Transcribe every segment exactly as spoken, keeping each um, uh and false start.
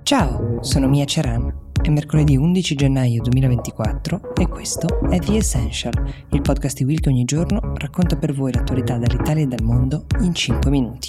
Ciao, sono Mia Ceran. È mercoledì undici gennaio duemilaventiquattro e questo è The Essential, il podcast di Will che ogni giorno racconta per voi l'attualità dall'Italia e dal mondo in cinque minuti.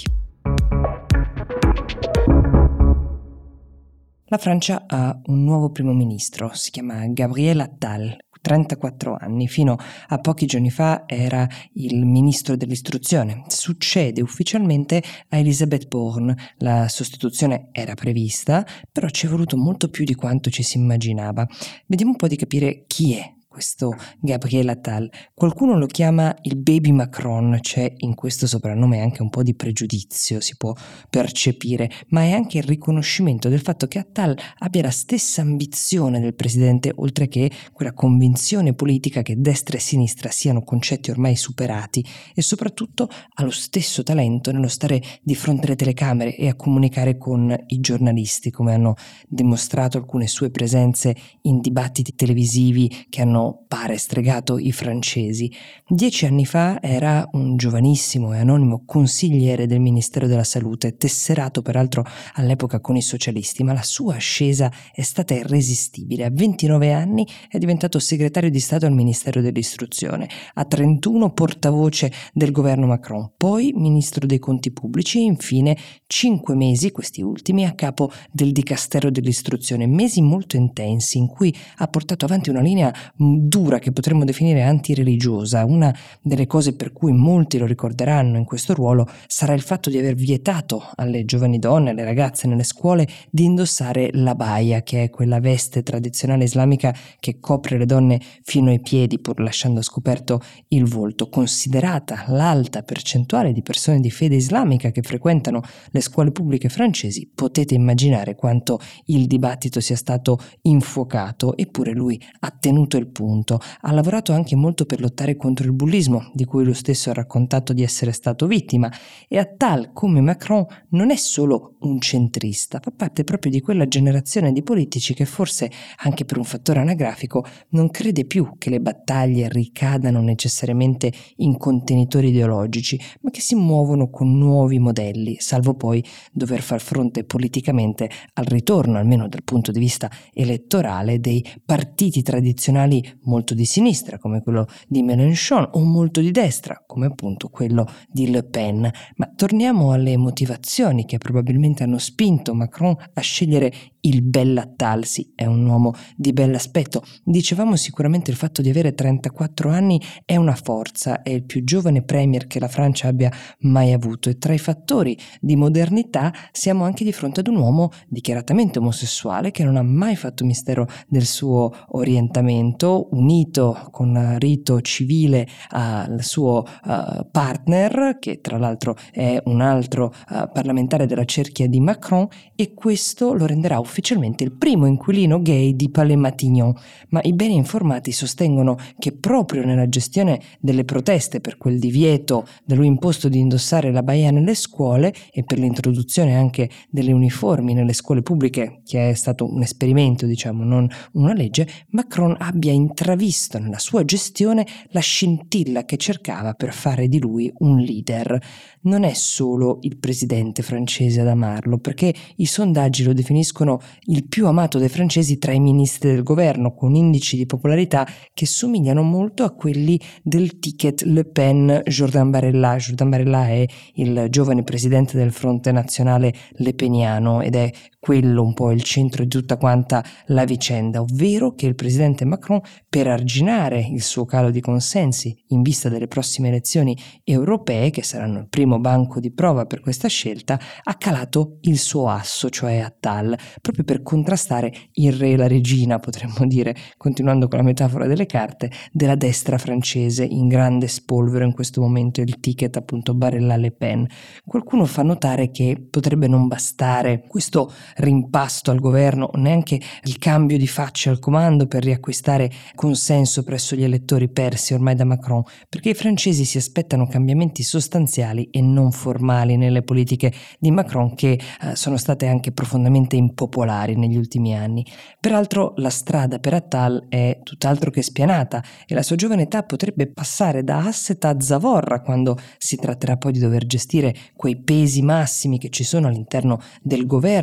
La Francia ha un nuovo primo ministro, si chiama Gabriel Attal, trentaquattro anni, fino a pochi giorni fa era il ministro dell'istruzione. Succede ufficialmente a Elisabeth Borne. La sostituzione era prevista, però ci è voluto molto più di quanto ci si immaginava. Vediamo un po' di capire chi è questo Gabriel Attal. Qualcuno lo chiama il baby Macron, c'è in questo soprannome anche un po' di pregiudizio, si può percepire, ma è anche il riconoscimento del fatto che Attal abbia la stessa ambizione del presidente, oltre che quella convinzione politica che destra e sinistra siano concetti ormai superati, e soprattutto ha lo stesso talento nello stare di fronte alle telecamere e a comunicare con i giornalisti, come hanno dimostrato alcune sue presenze in dibattiti televisivi che hanno pare stregato i francesi. Dieci anni fa era un giovanissimo e anonimo consigliere del Ministero della Salute, tesserato peraltro all'epoca con i socialisti, ma la sua ascesa è stata irresistibile. A ventinove anni è diventato segretario di Stato al Ministero dell'Istruzione, a trentuno portavoce del governo Macron, poi ministro dei conti pubblici e infine cinque mesi, questi ultimi, a capo del Dicastero dell'Istruzione, mesi molto intensi in cui ha portato avanti una linea dura che potremmo definire antireligiosa. Una delle cose per cui molti lo ricorderanno in questo ruolo sarà il fatto di aver vietato alle giovani donne, alle ragazze nelle scuole di indossare l'abaya, che è quella veste tradizionale islamica che copre le donne fino ai piedi pur lasciando scoperto il volto. Considerata l'alta percentuale di persone di fede islamica che frequentano le scuole pubbliche francesi, potete immaginare quanto il dibattito sia stato infuocato, eppure lui ha tenuto il punto. Ha lavorato anche molto per lottare contro il bullismo, di cui lo stesso ha raccontato di essere stato vittima, e Attal, come Macron, non è solo un centrista, fa parte proprio di quella generazione di politici che forse, anche per un fattore anagrafico, non crede più che le battaglie ricadano necessariamente in contenitori ideologici, ma che si muovono con nuovi modelli, salvo poi dover far fronte politicamente al ritorno, almeno dal punto di vista elettorale, dei partiti tradizionali molto di sinistra come quello di Mélenchon o molto di destra come appunto quello di Le Pen. Ma torniamo alle motivazioni che probabilmente hanno spinto Macron a scegliere il bell'Attal. Sì, è un uomo di bell'aspetto. Dicevamo sicuramente il fatto di avere trentaquattro anni è una forza, è il più giovane premier che la Francia abbia mai avuto, e tra i fattori di modernità siamo anche di fronte ad un uomo dichiaratamente omosessuale che non ha mai fatto mistero del suo orientamento, unito con rito civile al suo uh, partner, che tra l'altro è un altro uh, parlamentare della cerchia di Macron, e questo lo renderà ufficialmente il primo inquilino gay di Palais Matignon. Ma i bene informati sostengono che proprio nella gestione delle proteste per quel divieto da lui imposto di indossare la baia nelle scuole e per l'introduzione anche delle uniformi nelle scuole pubbliche, che è stato un esperimento, diciamo, non una legge, Macron abbia intravisto nella sua gestione la scintilla che cercava per fare di lui un leader. Non è solo il presidente francese ad amarlo, perché i sondaggi lo definiscono il più amato dai francesi tra i ministri del governo, con indici di popolarità che somigliano molto a quelli del ticket Le Pen-Jordan Bardella. Jordan Bardella è il giovane presidente del Fronte Nazionale lepeniano ed è quello un po' il centro di tutta quanta la vicenda, ovvero che il presidente Macron, per arginare il suo calo di consensi in vista delle prossime elezioni europee, che saranno il primo banco di prova per questa scelta, ha calato il suo asso, cioè Attal, proprio per contrastare il re e la regina, potremmo dire, continuando con la metafora delle carte, della destra francese in grande spolvero in questo momento, il ticket appunto Bardella-Le Pen. Qualcuno fa notare che potrebbe non bastare questo rimpasto al governo, neanche il cambio di faccia al comando per riacquistare consenso presso gli elettori persi ormai da Macron, perché i francesi si aspettano cambiamenti sostanziali e non formali nelle politiche di Macron, che eh, sono state anche profondamente impopolari negli ultimi anni. Peraltro la strada per Attal è tutt'altro che spianata e la sua giovane età potrebbe passare da asset a zavorra quando si tratterà poi di dover gestire quei pesi massimi che ci sono all'interno del governo e che magari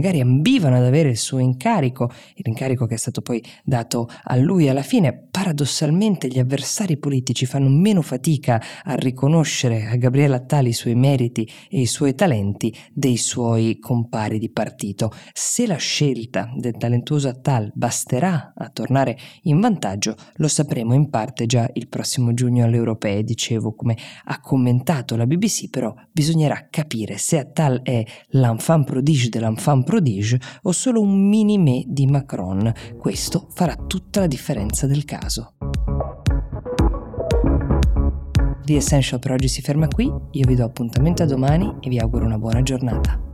magari ambivano ad avere il suo incarico, l'incarico che è stato poi dato a lui alla fine, paradossalmente gli avversari politici fanno meno fatica a riconoscere a Gabriele Attal i suoi meriti e i suoi talenti dei suoi compari di partito. Se la scelta del talentuoso Attal basterà a tornare in vantaggio, lo sapremo in parte già il prossimo giugno alle europee. Dicevo, come ha commentato la B B C, però bisognerà capire se Attal è l'enfant prodige dell'enfant prodige o solo un mini-me di Macron. Questo farà tutta la differenza del caso. The Essential per oggi si ferma qui, io vi do appuntamento a domani e vi auguro una buona giornata.